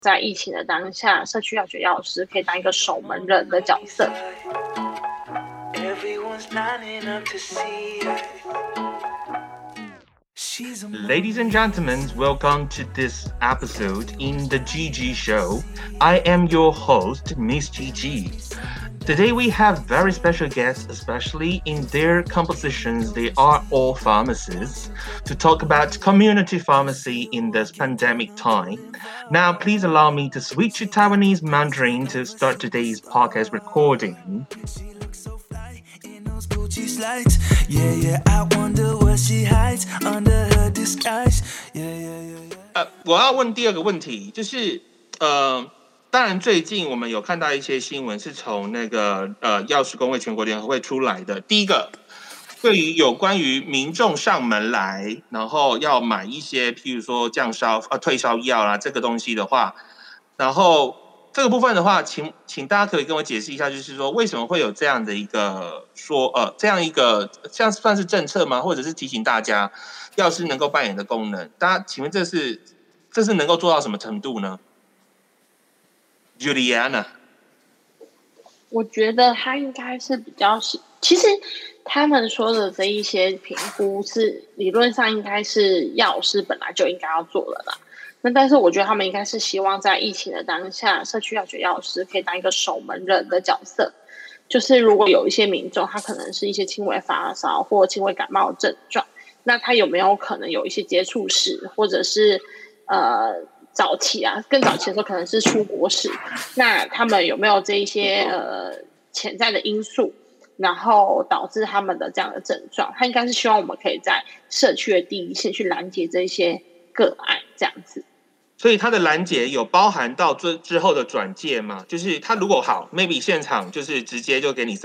在疫情的当下，社区药学药师可以当一个守门人的角色。 Ladies and gentlemen, welcome to this episode in the GG Show. I am your host, Miss GG. Today we have very special guests, especially in their compositions. They are all pharmacists to talk about community pharmacy in this pandemic time. Now, please allow me to switch to Taiwanese Mandarin to start today's podcast recording. Gucci slides, yeah, yeah. I wonder what she hides under her disguise, yeah, yeah, yeah. 我要问第二个问题，就是当然最近我们有看到一些新闻是从那个药师公会全国联合会出来的。第一个，对于有关于民众上门来，然后要买一些譬如说降烧退烧药啦这个东西的话，然后这个部分的话，请大家可以跟我解释一下，就是说为什么会有这样的一个这样一个像算是政策吗？或者是提醒大家药师能够扮演的功能？大家请问这是能够做到什么程度呢？Juliana， 我觉得他应该是比较其实他们说的这一些评估是理论上应该是药师本来就应该要做的啦。那但是我觉得他们应该是希望在疫情的当下，社区药学药师可以当一个守门人的角色。就是如果有一些民众他可能是一些轻微发烧或轻微感冒的症状，那他有没有可能有一些接触史，或者是早期更早期的时候可能是出国史，那他们有没有这一些潜在的因素，然后导致他们的这样的症状？他应该是希望我们可以在社区的第一线去拦截这些个案，这样子。 所以他的拦截有包含到之后的转介吗？就是他如果好 ，maybe 现场就是直接就给你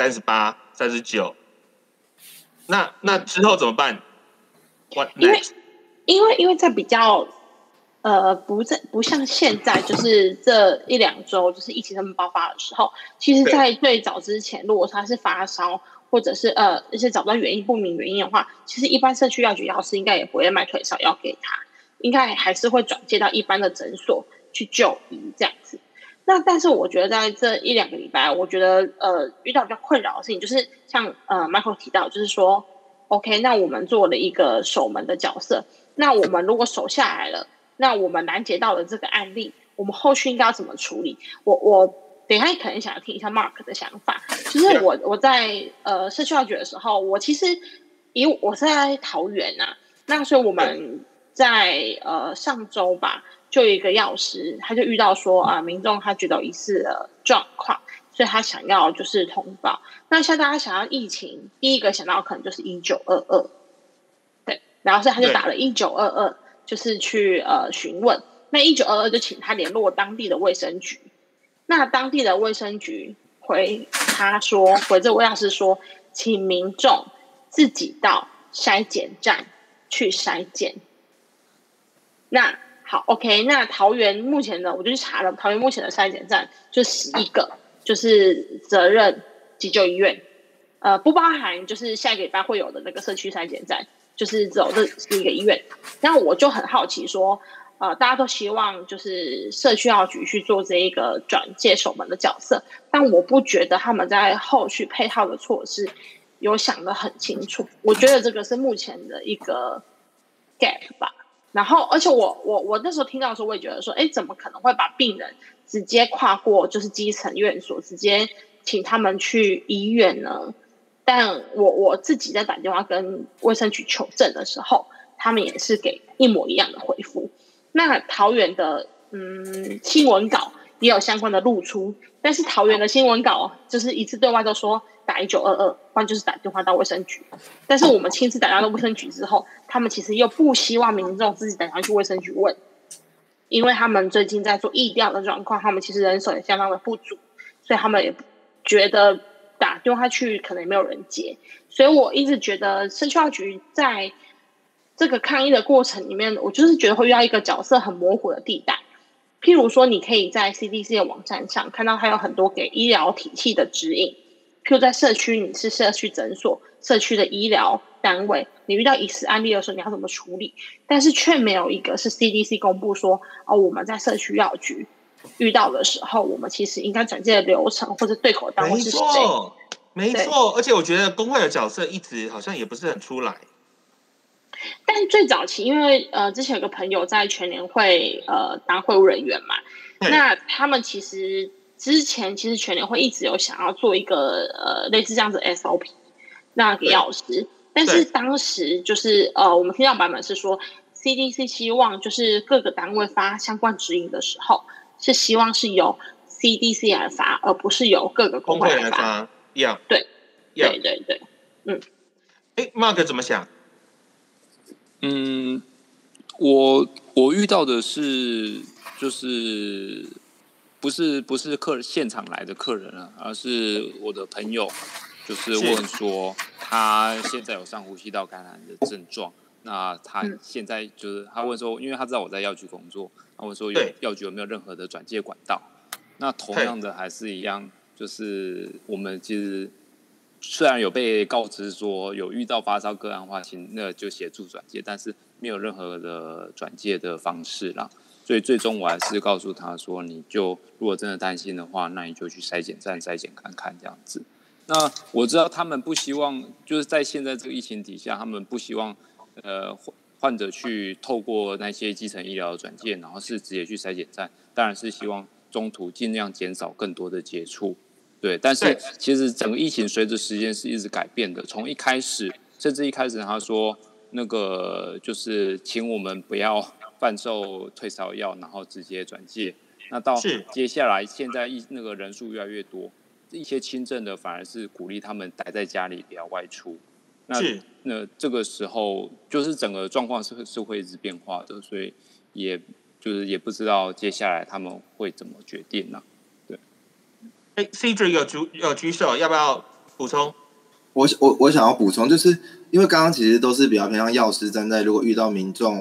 38、39，那之后怎么办？What next？ 因为在比较不像现在，就是这一两周就是疫情他们爆发的时候，其实在最早之前，如果他是发烧或者是一些找不到不明原因的话，其实一般社区药局药师应该也不会卖退烧药给他，应该还是会转介到一般的诊所去就医这样子。那但是我觉得在这一两个礼拜，我觉得遇到比较困扰的事情，就是像Michael 提到，就是说 OK， 那我们做了一个守门的角色，那我们如果守下来了，那我们拦截到的这个案例，我们后续应该要怎么处理？我等一下可能想要听一下 Mark 的想法。就是我在社区药局的时候，我其实因为我是在桃园那所以我们在上周吧，就有一个药师，他就遇到说民众他觉得有疑似的状况，所以他想要就是通报。那像大家想要疫情，第一个想到可能就是1922，对，然后所以他就打了1922。就是去询问，那1922就请他联络当地的卫生局，那当地的卫生局回这位药师说，请民众自己到筛检站去筛检。那好 OK， 那桃园目前的我就去查了，桃园目前的筛检站就11个，就是责任急救医院，不包含就是下一个礼拜会有的那个社区筛检站。就是只有这11个医院，那我就很好奇说，大家都希望就是社区药局去做这一个转介守门的角色，但我不觉得他们在后续配套的措施有想得很清楚，我觉得这个是目前的一个 gap 吧。然后，而且我那时候听到的时候，我也觉得说，怎么可能会把病人直接跨过就是基层院所，直接请他们去医院呢？但我自己在打电话跟卫生局求证的时候，他们也是给一模一样的回复。那桃园的新闻稿也有相关的露出，但是桃园的新闻稿就是一次对外都说打1922，不然就是打电话到卫生局。但是我们亲自打电话到卫生局之后，他们其实又不希望民众自己打电话去卫生局问，因为他们最近在做疫调的状况，他们其实人手也相当的不足，所以他们也觉得打电话去可能也没有人接，所以我一直觉得社区药局在这个抗疫的过程里面，我就是觉得会遇到一个角色很模糊的地带。譬如说，你可以在 CDC 的网站上看到它有很多给医疗体系的指引，譬如在社区，你是社区诊所、社区的医疗单位，你遇到疑似案例的时候，你要怎么处理？但是却没有一个是 CDC 公布说，我们在社区药局遇到的时候，我们其实应该转介的流程或者对口单位是谁。 没错，而且我觉得工会的角色一直好像也不是很出来。 但最早期，因为之前有个朋友在全联会当会务人员嘛，那他们其实之前全联会一直有想要做一个类似这样子的 SOP， 那给药师，但是当时就是我们听到版本是说 CDC 希望就是各个单位发相关指引的时候，是希望是由 CDC 来发，而不是由各个工会来发。对，对对对， Mark 怎么想？ 我遇到的是就是不是现场来的客人啊，而是我的朋友，就是问说他现在有上呼吸道感染的症状，那他现在就是他问说，因为他知道我在药局工作，他问说药局有没有任何的转介管道？那同样的还是一样，就是我们其实虽然有被告知说有遇到发烧个案的话，请那就协助转介，但是没有任何的转介的方式啦。所以最终我还是告诉他说，你就如果真的担心的话，那你就去筛检站筛检看看这样子。那我知道他们不希望，就是在现在这个疫情底下，他们不希望患者去透过那些基层医疗的转介，然后是直接去筛检站，当然是希望中途尽量减少更多的接触。对，但是其实整个疫情随着时间是一直改变的。从一开始，甚至一开始他说那个就是请我们不要贩售退烧药，然后直接转介。那到接下来，现在那个人数越来越多，一些轻症的反而是鼓励他们待在家里，不要外出。那这个时候，就是整个状况是会一直变化的，所以也不知道接下来他们会怎么决定呢？ Cedric 有举手，要不要补充？ 我想要补充，就是因为刚刚其实都是比较偏向药师站在如果遇到民众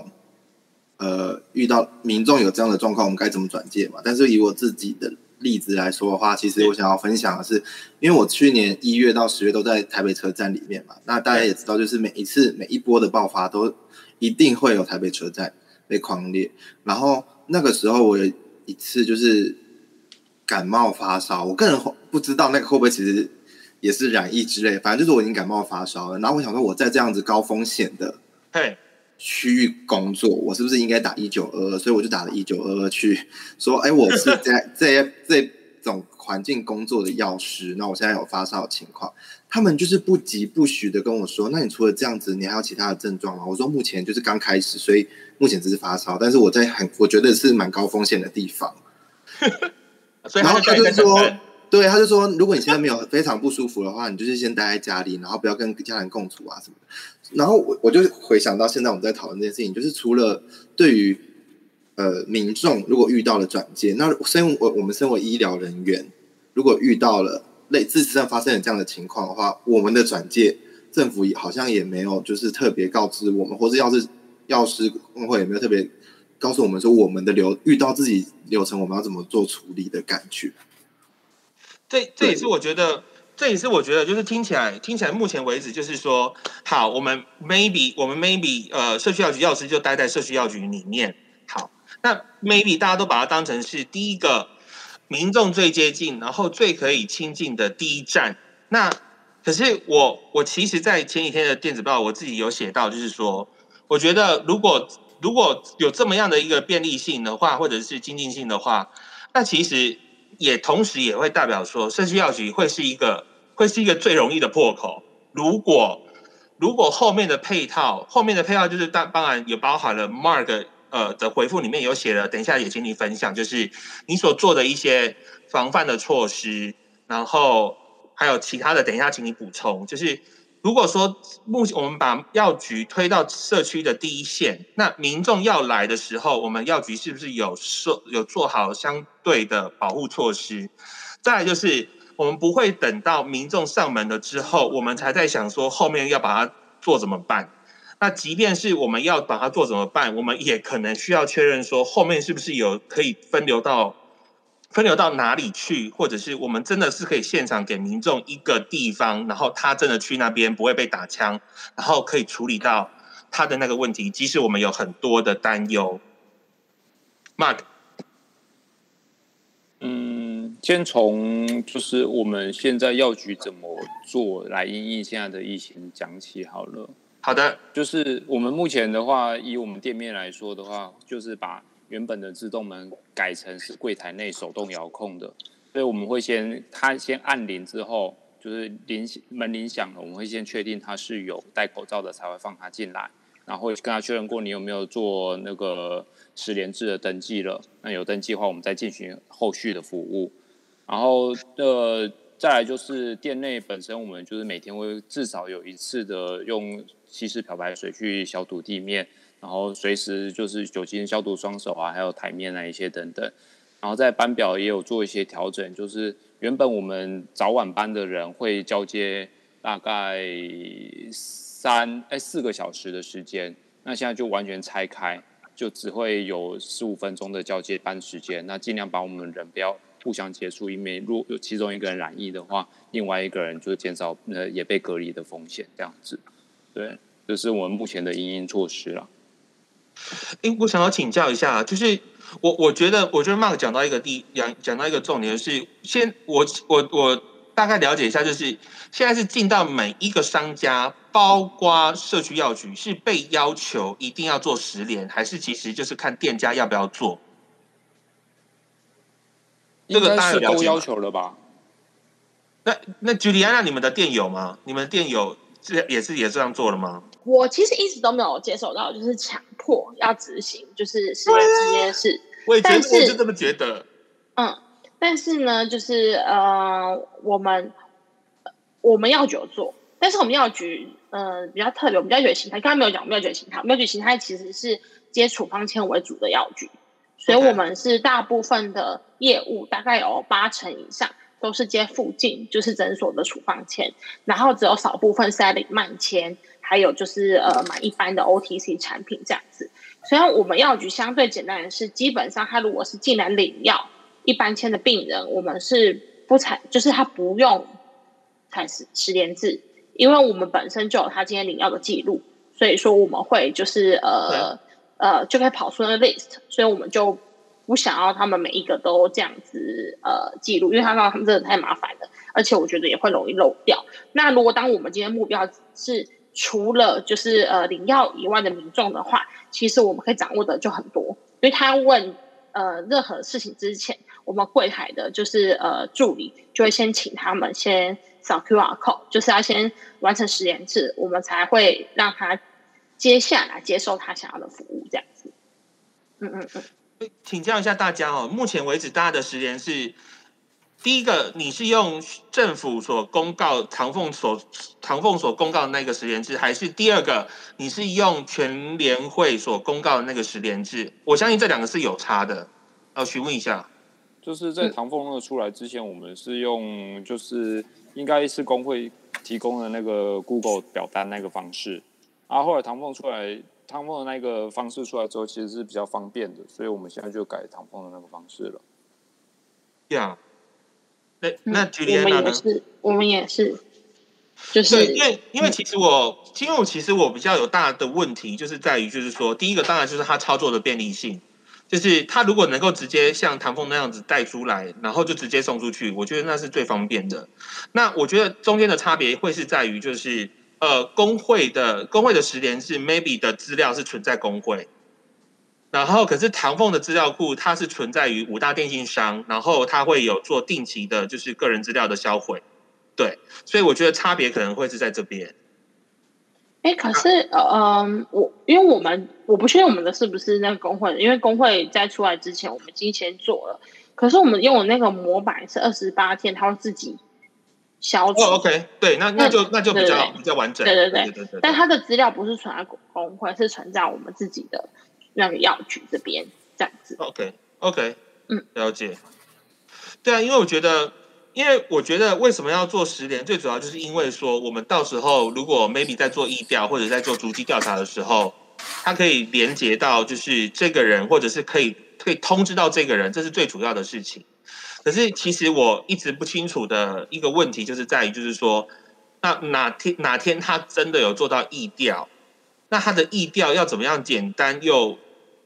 有这样的状况，我们该怎么转介嘛？但是以我自己的例子来说的话，其实我想要分享的是，因为我去年1月到10月都在台北车站里面嘛，那大家也知道，就是每一波的爆发都一定会有台北车站被匡列，然后那个时候我有一次就是感冒发烧，我个人不知道那个会不会其实也是染疫之类，反正就是我已经感冒发烧了，然后我想说我在这样子高风险的区域工作，我是不是应该打1922？所以我就打了1922去说，我是在这种环境工作的药师，那我现在有发烧的情况，他们就是不疾不徐的跟我说，那你除了这样子，你还有其他的症状吗？我说目前就是刚开始，所以目前只是发烧，但是我觉得是蛮高风险的地方。然后他就说，对，他就说，如果你现在没有非常不舒服的话，你就是先待在家里，然后不要跟家人共处啊什么的。然后我就回想到现在我们在讨论这件事情，就是除了对于民众如果遇到了转介，那我们身为医疗人员，如果遇到了事实上发生了这样的情况的话，我们的转介政府好像也没有就是特别告知我们，或是药师工会也没有特别告诉我们说我们的遇到自己流程我们要怎么做处理的感觉。 这也是我觉得就是听起来目前为止就是说，好，我们 maybe 社区药局药师就待在社区药局里面，好，那 maybe 大家都把它当成是第一个民众最接近，然后最可以亲近的第一站。那可是我其实在前几天的电子报我自己有写到，就是说，我觉得如果有这么样的一个便利性的话，或者是经济性的话，那其实也同时也会代表说，社区药局会是一个最容易的破口。如果后面的配套就是当然也包含了 Mark 的回复里面有写了，等一下也请你分享，就是你所做的一些防范的措施，然后还有其他的，等一下请你补充。就是如果说目前我们把药局推到社区的第一线，那民众要来的时候，我们药局是不是有做好相对的保护措施？再来就是我们不会等到民众上门了之后，我们才在想说后面要把它做怎么办。那即便是我们要把它做怎么办，我们也可能需要确认说后面是不是有可以分流到哪里去，或者是我们真的是可以现场给民众一个地方，然后他真的去那边不会被打枪，然后可以处理到他的那个问题，即使我们有很多的担忧。Mark， 先从就是我们现在药局怎么做来因应现在的疫情讲起好了。 好的，就是我们目前的话，以我们店面来说的话，就是把原本的自动门改成是柜台内手动遥控的，所以我们会他先按铃之后，就是门铃响了，我们会先确定他是有戴口罩的才会放他进来，然后跟他确认过你有没有做那个实联制的登记了，那有登记的话，我们再进行后续的服务。然后再来就是店内本身，我们就是每天会至少有一次的用稀释漂白水去消毒地面，然后随时就是酒精消毒双手啊，还有台面那一些等等。然后在班表也有做一些调整，就是原本我们早晚班的人会交接大概4个小时的时间，那现在就完全拆开，就只会有15分钟的交接班时间，那尽量把我们人不要互相接触，因为如果有其中一个人染疫的话，另外一个人就减少也被隔离的风险，这样子。对，这是我们目前的因应措施啦。 我想要请教一下，就是我觉得 Mark 讲到一个重点，就是我大概了解一下，就是现在是进到每一个商家，包括社区药局，是被要求一定要做实联，还是其实就是看店家要不要做？ 这个大家都要求了吧？ 那居里安娜，你们的店有吗？你们的店也这样做了吗？ 我其实一直都没有接受到，就是强迫要执行，就是实联制这件事。 我也觉得，我就这么觉得。 但是呢，就是我们药局有做，但是我们药局比较特别，我们药局的形态，刚刚没有讲我们药局的形态，我们药局形态其实是接处方签为主的药局，所以我们是大部分的业务大概有80%以上都是接附近就是诊所的处方签，然后只有少部分是在领慢签，还有就是买一般的 OTC 产品这样子。所以我们药局相对简单的是，基本上他如果是进来领药一般签的病人，我们是不采，就是他不用采实联制，因为我们本身就有他今天领药的记录，所以说我们会就是就可以跑出那个 list， 所以我们就不想要他们每一个都这样子记录，因为他们真的太麻烦了，而且我觉得也会容易漏掉。那如果当我们今天目标是除了就是领药以外的民众的话，其实我们可以掌握的就很多，因为他问任何事情之前，我们柜台的就是助理就会先请他们先扫 QR code， 就是要先完成实联制，我们才会让他接下来接受他想要的服务这样子。 请教一下大家哦，目前为止大家的实联是，第一个你是用政府所公告唐凤所公告的那个实联制，还是第二个你是用全联会所公告的那个实联制？我相信这两个是有差的。询问一下， 就是在唐凤那个出来之前，我们是用就是应该是工会提供的那个 Google 表单那个方式，后来唐凤的那个方式出来之后，其实是比较方便的，所以我们现在就改唐凤的那个方式了。 呀、那 Juliana 呢？ 我们也是，就是因为其实我比较有大的问题，就是在于就是说，第一个当然就是它操作的便利性，就是它如果能够直接像唐凤那样子带出来，然后就直接送出去，我觉得那是最方便的。那我觉得中间的差别会是在于就是工会的实联制 maybe 的资料是存在工会。然后，可是唐凤的资料库它是存在于5大电信商，然后它会有做定期的，就是个人资料的销毁，对，所以我觉得差别可能会是在这边。 可是因为我不确定我们的是不是那个工会的，因为工会在出来之前我们已经先做了，可是我们用的那个模板是28天，它会自己消除。 OK， 对，那就比较完整。 对，但它的资料不是存在工会，是存在我们自己的那个药局这边这样子。 OK， 了解。对啊，因为我觉得为什么要做实联，最主要就是因为说我们到时候如果 maybe 在做疫调或者在做足迹调查的时候，它可以连接到就是这个人，或者是可以通知到这个人，这是最主要的事情。可是其实我一直不清楚的一个问题就是在于就是说，那哪天他真的有做到疫调，那他的疫调要怎么样简单又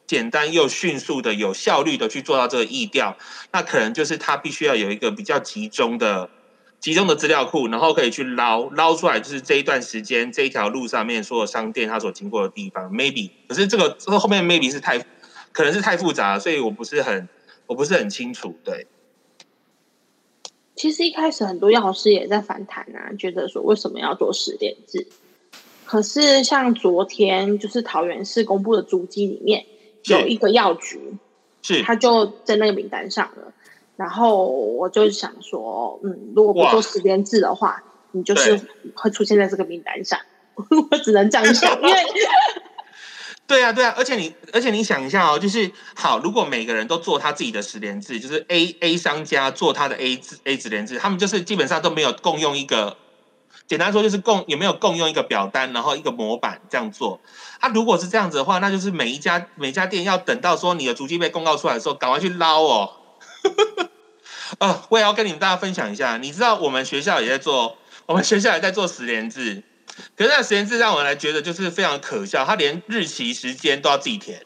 简单又迅速的、有效率的去做到这个疫调，那可能就是它必须要有一个比较集中的资料库，然后可以去捞出来，就是这一段时间这一条路上面所有商店它所经过的地方 ，maybe。可是这个后面 maybe 可能是太复杂了，所以我不是很清楚。对， 其实一开始很多药师也在反弹啊，觉得说为什么要做10连制？可是像昨天就是桃园市公布的足迹里面有一个药局，他就在那个名单上了。然后我就想说，如果不做10连制的话，你就是会出现在这个名单上。我只能这样想，因为对啊，而且你想一下哦，就是好，如果每个人都做他自己的10连制，就是 A 商家做他的 A 10连制，他们就是基本上都没有共用一个。简单说就是有没有共用一个表单，然后一个模板这样做。如果是这样子的话，那就是每家店要等到说你的足迹被公告出来的时候，赶快去捞哦。我也要跟你们大家分享一下，你知道我们学校也在做10连制，可是那10连制让我来觉得就是非常可笑，他连日期时间都要自己填。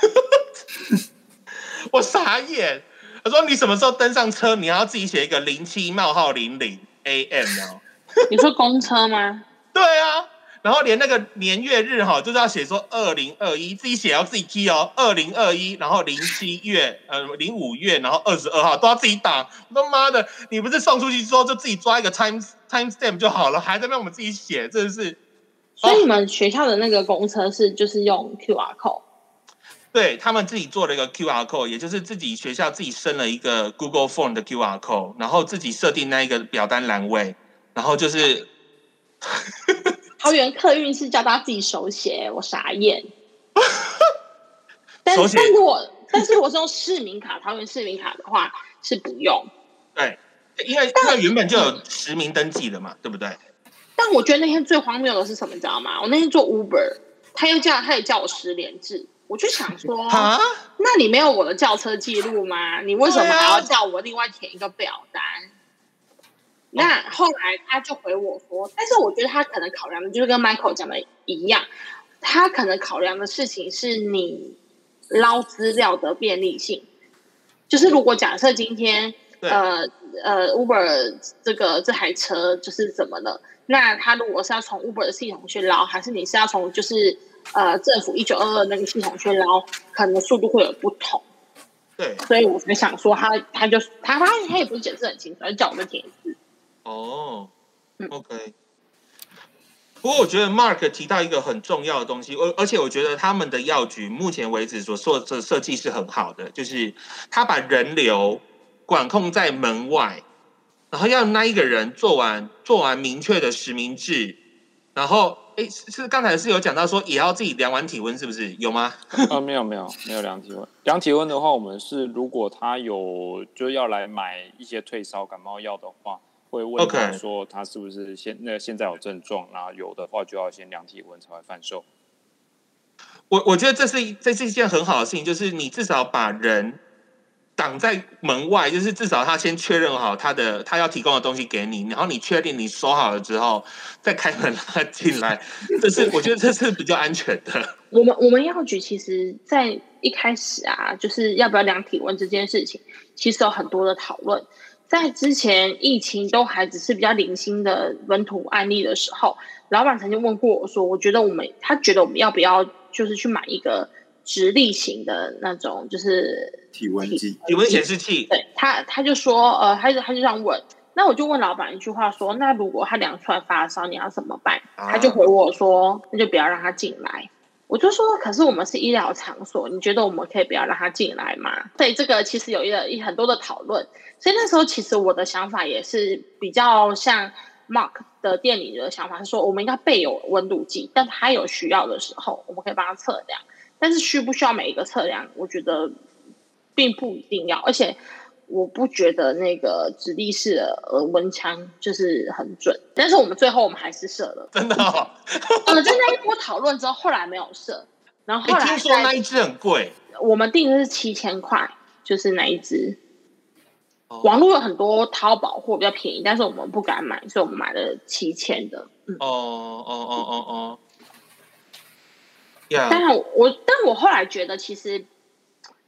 我傻眼，他说你什么时候登上车，你要自己写一个07:00 AM 哦。 你说公车吗？ 对啊，然后连那个年月日就是要写说2021，自己写要自己 key 哦，2021，然后05月，然后22号都要自己打。我他妈的，你不是送出去之后就自己抓一个 time stamp 就好了，还在那边我们自己写，真的是。 所以你们学校的那个公车就是用 QR code？ 对，他们自己做了一个 QR code， 也就是自己学校自己生了一个 Google Form 的 QR code， 然后自己设定那一个表单栏位。然后就是桃园客运是叫他自己手写，我傻眼。但是如果是用市民卡，桃园市民卡的话是不用。 对，因为原本就有实名登记的嘛，对不对？ 但我觉得那天最荒谬的是什么，你知道吗？我那天做 Uber， 他也叫我10连制，我就想说，那你没有我的轿车记录吗？你为什么还要叫我另外填一个表单？那后来他就回我说，但是我觉得他可能考量的就是跟 Michael 讲的一样，他可能考量的事情是你捞资料的便利性，就是如果假设今天Uber 这台车就是怎么了，那他如果是要从 Uber 的系统去捞，还是你是要从就是政府1922那个系统去捞，可能速度会有不同。 对， 所以我才想说他也不是解释很清楚，他就叫我们填字。 OK。不过我觉得 Mark 提到一个很重要的东西，而且我觉得他们的药局目前为止所做的设计是很好的，就是他把人流管控在门外，然后要那一个人做完明确的实名制，然后是刚才是有讲到说也要自己量完体温，是不是有吗？ 没有量体温。量体温的话，我们是如果他就要来买一些退烧感冒药的话。会问他说他是不是现在有症状，然后有的话就要先量体温才会贩售。 我觉得这是一件很好的事情，就是你至少把人挡在门外，就是至少他先确认好他要提供的东西给你，然后你确定你收好了之后再开门让他进来，我觉得这是比较安全的。 我们药局其实在一开始啊，就是要不要量体温这件事情，其实有很多的讨论。在之前疫情都还只是比较零星的本土案例的时候，老板曾经问过我说，他觉得我们要不要就是去买一个直立型的那种，就是体温计、 体温显示器。 对，他就说他就这样问，那我就问老板一句话说，那如果他量出来发烧，你要怎么办？他就回我说，那就不要让他进来。我就说，可是我们是医疗场所，你觉得我们可以不要让他进来吗？所以这个其实有很多的讨论。所以那时候其实我的想法也是比较像 Mark 的店里的想法，是说我们应该备有温度计，但他有需要的时候，我们可以帮他测量。但是需不需要每一个测量，我觉得并不一定要，而且我不觉得那个直立式的额温枪就是很准。但是我们最后还是射了， 真的哦。 就那一波讨论之后，后来没有射，然后后来听说那一支很贵， 我们订的是7000块，就是那一支。网络有很多淘宝货比较便宜，但是我们不敢买，所以我们买了7000的。但我后来觉得，其实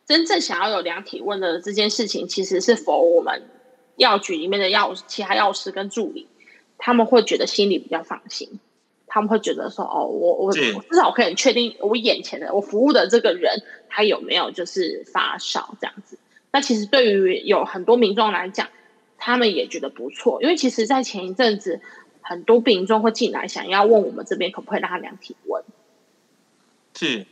真正想要有量体温的这件事情，其实是否我们药局里面的其他药师跟助理，他们会觉得心里比较放心，他们会觉得说，哦，我至少可以确定我眼前的我服务的这个人他有没有就是发烧这样子。那其实对于有很多民众来讲，他们也觉得不错，因为其实在前一阵子，很多民众会进来想要问我们这边可不可以让他量体温。 是，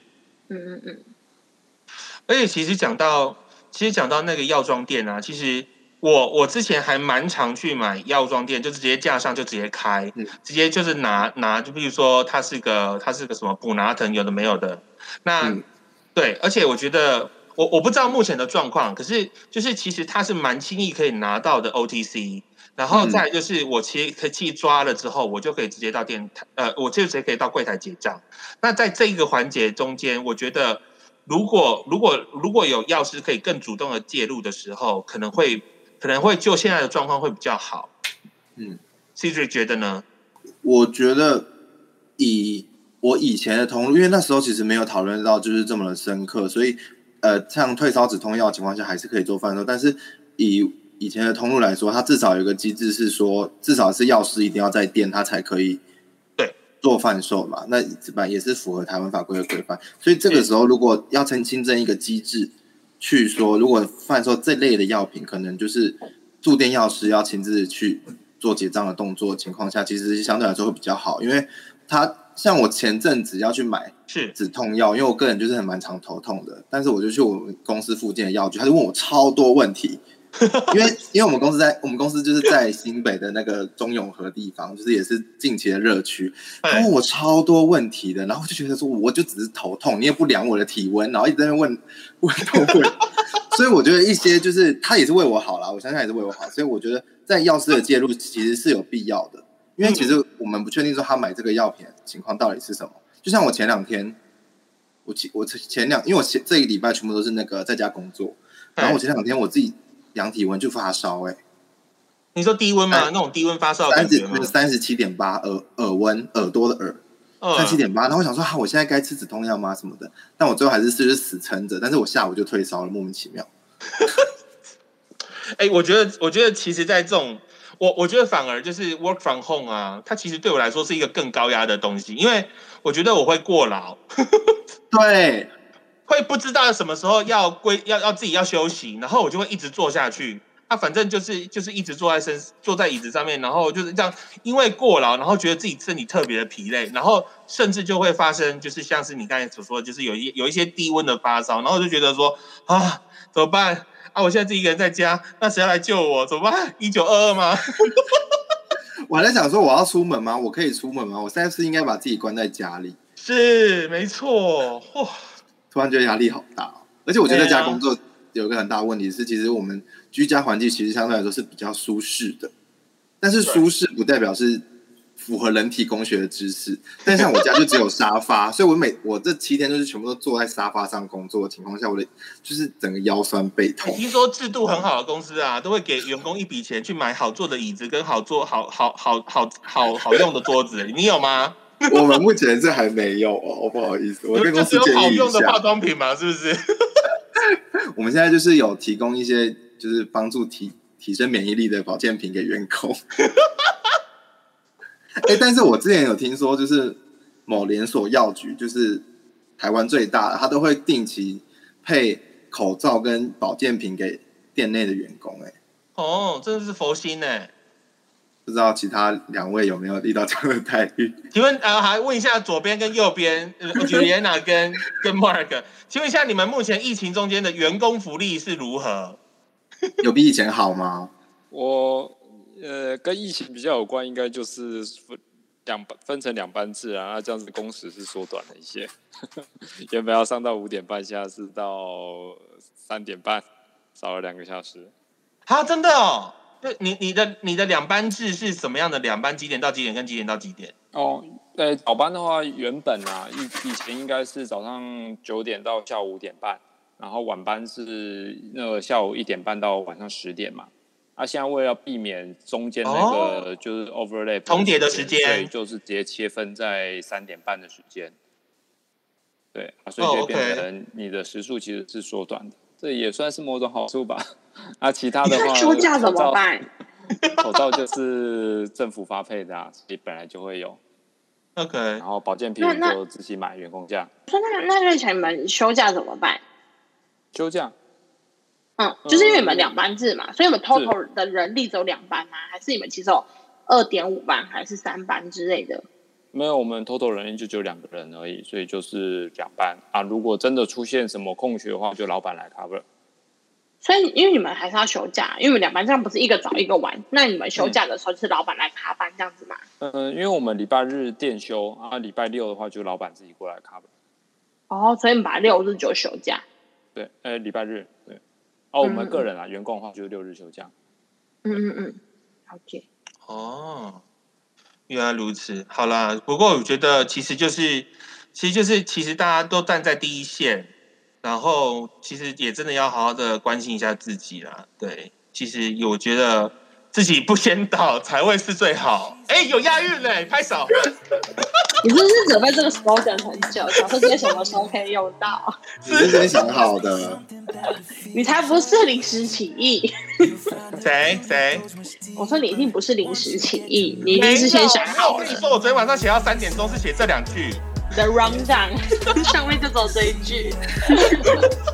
而且其实讲到那个药妆店啊，其实我之前还蛮常去买药妆店，就直接架上就直接开，直接就是拿，就比如说它是个什么普拿疼，有的没有的，那、对，而且我觉得我不知道目前的状况，可是就是其实它是蛮轻易可以拿到的 OTC。然后再来就是我切器抓了之后，我就可以直接到我就直接可以到柜台结账。那在这一个环节中间，我觉得如果有药师可以更主动的介入的时候，可能会就现在的状况会比较好。Cedric 觉得呢？ 我觉得我以前的通路，因为那时候其实没有讨论到就是这么的深刻，所以像退烧止痛药的情况下还是可以做贩售，但是以前的通路来说，它至少有一个机制是说，至少是药师一定要在店，它才可以做贩售嘛。那也是符合台湾法规的规范。所以这个时候，如果要新增一个机制，去说如果贩售这类的药品，可能就是驻店药师要亲自去做结账的动作的情况下，其实相对来说会比较好，因为它像我前阵子要去买止痛药，因为我个人就是蛮常头痛的，但是我就去我们公司附近的药局，他就问我超多问题。因为我们公司就是在新北的那个中永和地方，就是也是近期的热区，他问我超多问题的，然后我就觉得说，我就只是头痛，你也不量我的体温，然后一直在那边问，所以我觉得一些就是他也是为我好啦，我相信他也是为我好，所以我觉得在药师的介入其实是有必要的，因为其实我们不确定说他买这个药品的情况到底是什么，就像我前2天，因为我这一个礼拜全部都是那个在家工作，然后我前2天我自己量体温就发烧你说低温吗？那种低温发烧的感觉吗 ？37.8耳温，耳朵的耳，37.8。然后我想说，我现在该吃止痛药吗？什么的？但我最后还是死撑着。但是我下午就退烧了，莫名其妙。 我觉得其实，在这种我觉得反而就是 work from home 啊，它其实对我来说是一个更高压的东西，因为我觉得我会过劳。 对。 会不知道什么时候要自己要休息，然后我就会一直坐下去。反正就是一直坐在椅子上面，然后就是这样，因为过劳，然后觉得自己身体特别的疲累，然后甚至就会发生，就是像是你刚才所说的，就是有一些低温的发烧，然后就觉得说怎么办啊？我现在自己一个人在家，那谁要来救我？怎么办？1922吗？ 我还在想说，我要出门吗？我可以出门吗？我现在是应该把自己关在家里？ 是，没错。 突然觉得压力好大而且我觉得在家工作有一个很大的问题是，其实我们居家环境其实相对来说是比较舒适的，但是舒适不代表是符合人体工学的知识。但像我家就只有沙发，所以我这7天就是全部都坐在沙发上工作的情况下，我的就是整个腰酸背痛。 听说制度很好的公司啊，都会给员工一笔钱去买好坐的椅子跟好用的桌子，你有吗？ 我们目前是还没有不好意思，我跟公司建议一下。 好用的化妆品嘛，是不是？ 我们现在就是有提供一些就是帮助提升免疫力的保健品给员工。但是我之前有听说，就是某连锁药局，就是台湾最大的，他都会定期配口罩跟保健品给店内的员工。 真的是佛心不知道其他2位有没有遇到这样的待遇？ 请问还问一下左边跟右边，Juliana 跟 Mark， 请问一下你们目前疫情中间的员工福利是如何？ 有比以前好吗？ 我跟疫情比较有关，应该就是分成2班制啊，这样子工时是缩短了一些。原本要上到5点半，现在是到3点半，少了2个小时。 真的哦？你的2班制是什么样的？2班几点到几点跟几点到几点？ 早班的话，原本以前应该是早上9点到下午5点半，然后晚班是那个下午1点半到晚上10点嘛。现在为了避免中间那个就是 overlap 重叠的时间， 所以就是直接切分在3点半的时间。对所以就变成你的时数其实是缩短的。 这也算是某种好处吧。啊，其他的话， 休假怎么办？ 口罩就是政府发配的啊，所以本来就会有。 OK， 然后保健品就自己买员工价。 说那瑞强，你们休假怎么办？ 休假？ 就是因为你们2班制嘛，所以你们 total 的人力只有2班吗？还是你们其实有2.5班，还是3班之类的？ 没有，我们 total 人力就只有2个人而已，所以就是2班啊。如果真的出现什么空缺的话，就老板来 cover。 所以因为你们还是要休假，因为你们2班这样不是一个早一个晚，那你们休假的时候就是老板来卡班这样子吗？ 因为我们礼拜日店休啊，礼拜六的话就老板自己过来 cover。 哦，所以你们把6日就休假。 对，礼拜日对。我们个人员工的话就是6日休假。 了解。 哦，原来如此。好啦，不过我觉得其实大家都站在第一线，然后其实也真的要好好的关心一下自己啦。对，其实我觉得自己不先倒才会是最好。有押韵嘞，拍手。 你是不是准备这个 slogan 很久，想说这什么时候可以用到？ 你是先想好的。 你才不是临时起意。 谁？ 我说你一定不是临时起意，你一定是先想好了。 我跟你说，我昨天晚上写到3点钟是写这2句。 The rundown 上面就走这一句。